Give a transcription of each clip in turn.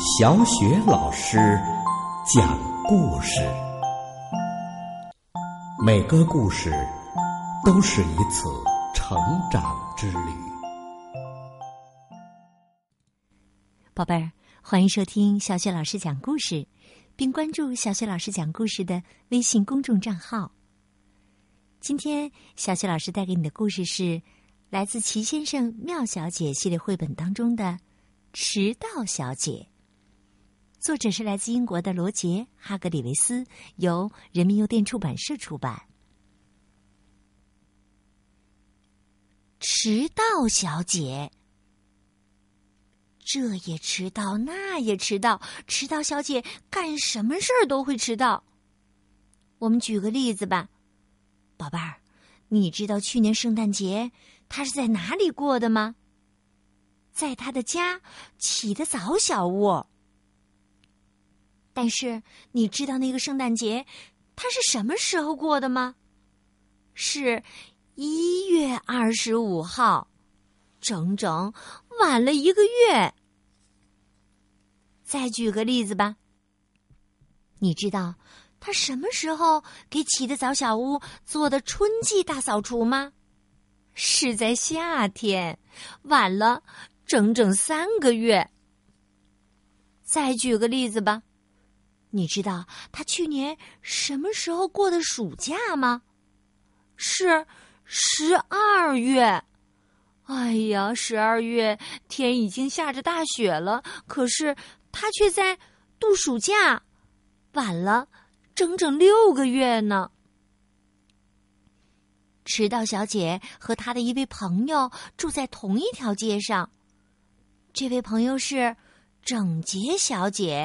小雪老师讲故事，每个故事都是一次成长之旅。 宝贝儿，欢迎收听小雪老师讲故事，并关注小雪老师讲故事的微信公众账号。今天小雪老师带给你的故事是来自齐先生妙小姐系列绘本当中的迟到小姐，作者是来自英国的罗杰·哈格里维斯，由人民邮电出版社出版。迟到小姐，这也迟到，那也迟到，迟到小姐干什么事儿都会迟到。我们举个例子吧，宝贝儿，你知道去年圣诞节她是在哪里过的吗？在她的家起得早小屋。但是你知道那个圣诞节她是什么时候过的吗？是1月25号，整整晚了1个月。再举个例子吧，你知道他什么时候给起得早小屋做的春季大扫除吗？是在夏天，晚了整整3个月。再举个例子吧，你知道他去年什么时候过的暑假吗？是12月。哎呀，12月天已经下着大雪了，可是他却在度暑假，晚了整整6个月呢。迟到小姐和她的一位朋友住在同一条街上，这位朋友是整洁小姐。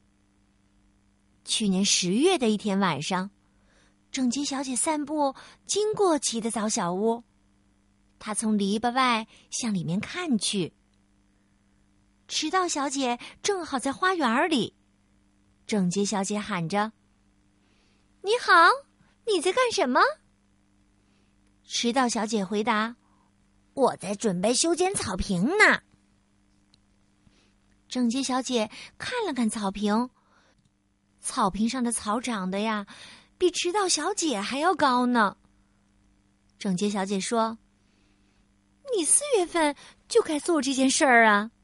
去年10月的一天晚上，整洁小姐散步经过起得早小屋，她从篱笆外向里面看去。迟到小姐正好在花园里，整洁小姐喊着：“你好，你在干什么？”迟到小姐回答：“我在准备修剪草坪呢。”整洁小姐看了看草坪，草坪上的草长得呀，比迟到小姐还要高呢。整洁小姐说：“你4月份就该做这件事儿啊。”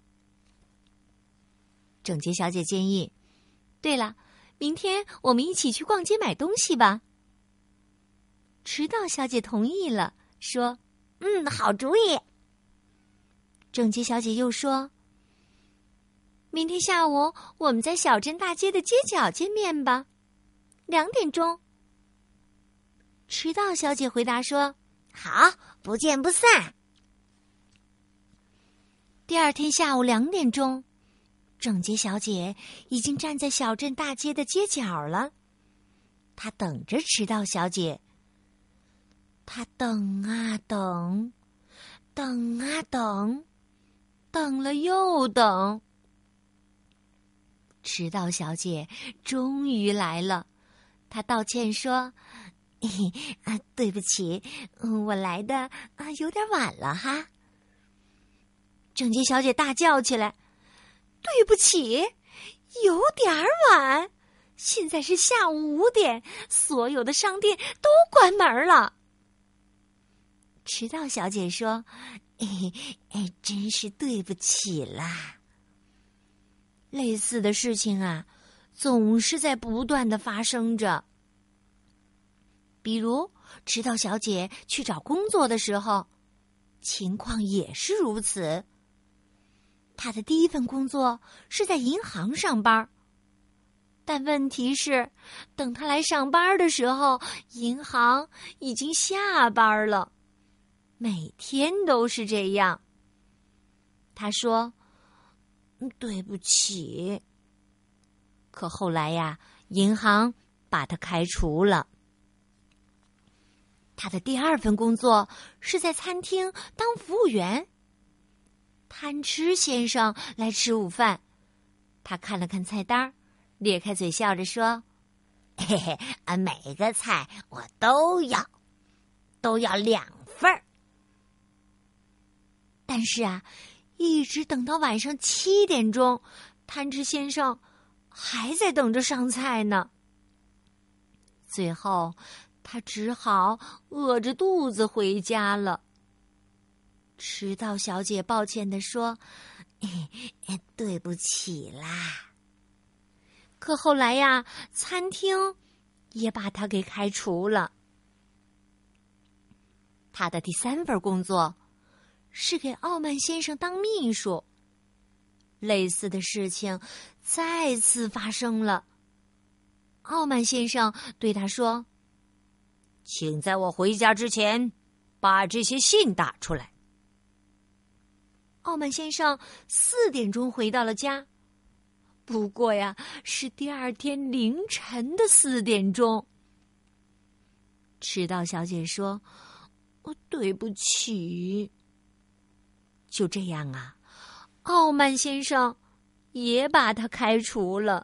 整洁小姐建议：“对了，明天我们一起去逛街买东西吧。”迟到小姐同意了，说：“好主意。”整洁小姐又说：“明天下午我们在小镇大街的街角见面吧，2点钟。”迟到小姐回答说：“好，不见不散。”第2天下午2点钟，整洁小姐已经站在小镇大街的街角了，她等着迟到小姐。她等啊等，等啊等，等了又等。迟到小姐终于来了，她道歉说：“对不起，我来的有点晚了哈。”整洁小姐大叫起来：“对不起，有点晚，现在是下午5点，所有的商店都关门了。”迟到小姐说：“真是对不起啦。”类似的事情啊，总是在不断的发生着。比如，迟到小姐去找工作的时候，情况也是如此。她的第1份工作是在银行上班，但问题是，等她来上班的时候，银行已经下班了。每天都是这样。她说：“对不起。”可后来呀，银行把她开除了。她的第2份工作是在餐厅当服务员。贪吃先生来吃午饭，他看了看菜单，咧开嘴笑着说：“嘿嘿，每个菜我都要2份儿。”但是啊，一直等到晚上7点钟， 贪吃先生还在等着上菜呢。最后，他只好饿着肚子回家了。迟到小姐抱歉地说：“对不起啦。”可后来呀，餐厅也把他给开除了。他的第3份工作是给傲慢先生当秘书。类似的事情再次发生了。傲慢先生对他说：“请在我回家之前把这些信打出来。”傲慢先生4点钟回到了家，不过呀，是第2天凌晨的4点钟。迟到小姐说：“对不起。”就这样啊，傲慢先生也把他开除了。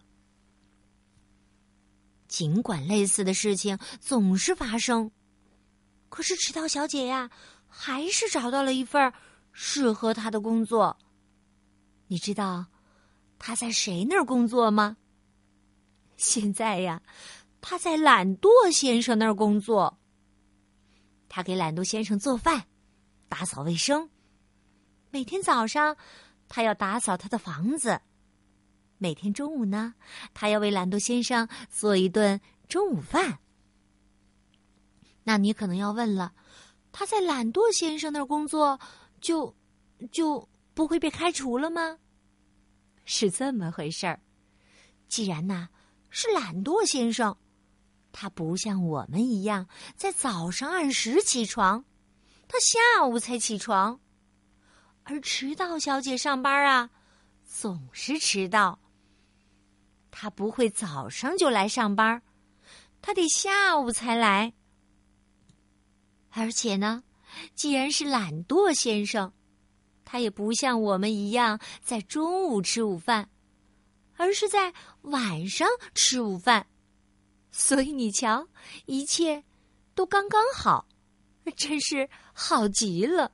尽管类似的事情总是发生，可是迟到小姐呀，还是找到了一份适合她的工作。你知道她在谁那儿工作吗？现在呀，她在懒惰先生那儿工作。她给懒惰先生做饭，打扫卫生。每天早上，她要打扫他的房子。每天中午呢，他要为懒惰先生做一顿中午饭。那你可能要问了，他在懒惰先生那儿工作，就不会被开除了吗？是这么回事儿。既然呢是懒惰先生，他不像我们一样在早上按时起床，他下午才起床。而迟到小姐上班啊，总是迟到。他不会早上就来上班，他得下午才来。而且呢，既然是懒惰先生，他也不像我们一样在中午吃午饭，而是在晚上吃午饭。所以你瞧，一切都刚刚好，真是好极了。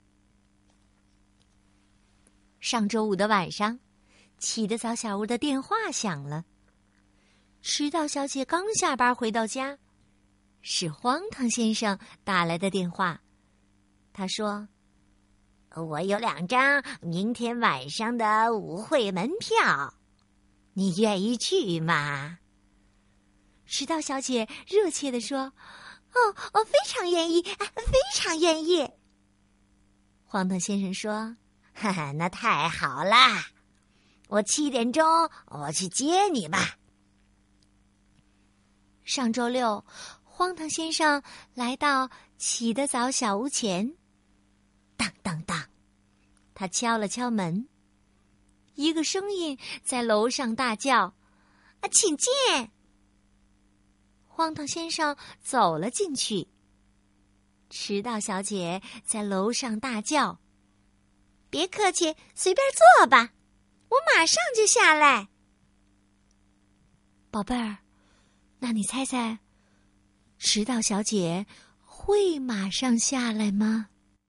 上周五的晚上，起得早小屋的电话响了。迟到小姐刚下班回到家，是荒唐先生打来的电话。他说：“我有2张明天晚上的舞会门票，你愿意去吗？”迟到小姐热切地说：“我非常愿意，非常愿意。”荒唐先生说：“哈哈，那太好啦！我7点钟我去接你吧。”上周六，荒唐先生来到起得早小屋前，当当当，他敲了敲门。一个声音在楼上大叫：“请进！”荒唐先生走了进去。迟到小姐在楼上大叫：“别客气，随便坐吧，我马上就下来。”宝贝儿，那你猜猜，迟到小姐会马上下来吗？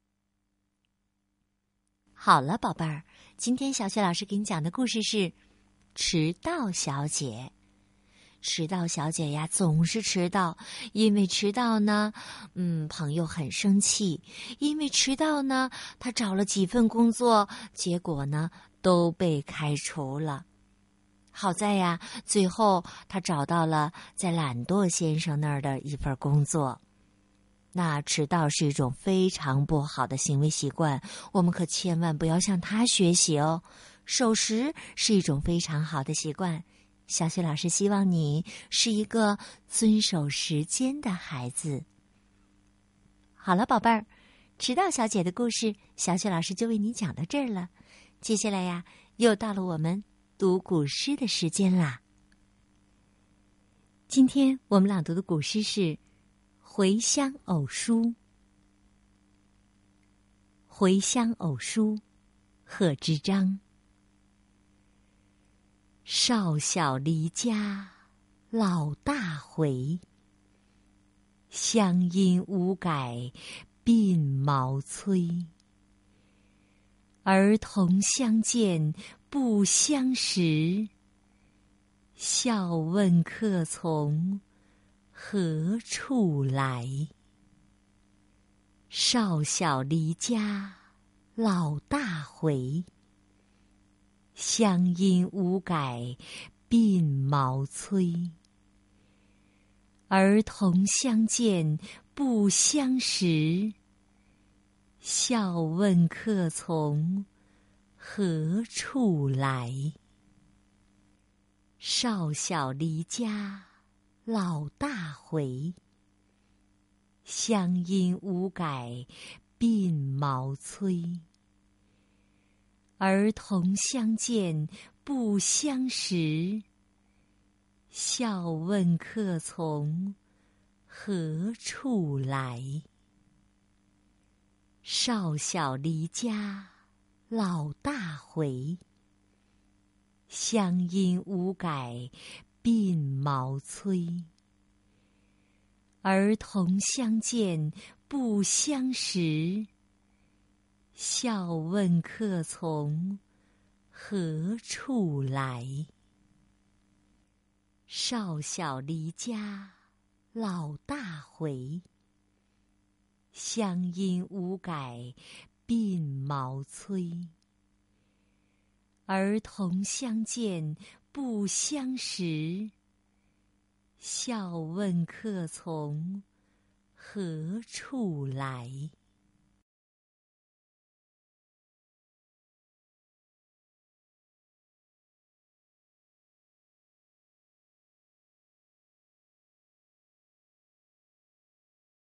好了，宝贝儿，今天小雪老师给你讲的故事是迟到小姐。迟到小姐呀，总是迟到，因为迟到呢，朋友很生气，因为迟到呢，她找了几份工作，结果呢，都被开除了。好在呀，最后她找到了在懒惰先生那儿的一份工作。那迟到是一种非常不好的行为习惯，我们可千万不要向他学习哦。守时是一种非常好的习惯。小雪老师希望你是一个遵守时间的孩子。好了，宝贝儿，迟到小姐的故事，小雪老师就为你讲到这儿了。接下来呀，又到了我们读古诗的时间啦。今天我们朗读的古诗是《回乡偶书》。《回乡偶书》，贺知章。少小离家老大回，乡音无改鬓毛衰。 儿童相见不相识，笑问客从何处来。少小离家老大回，乡音无改鬓毛衰。儿童相见不相识，笑问客从何处来。少小离家老大回，乡音无改鬓毛衰。儿童相见不相识，笑问客从何处来。少小离家老大回，乡音无改鬓毛衰。儿童相见不相识，笑问客从何处来。少小离家老大回，乡音无改鬓毛衰。儿童相见不相识，笑问客从何处来。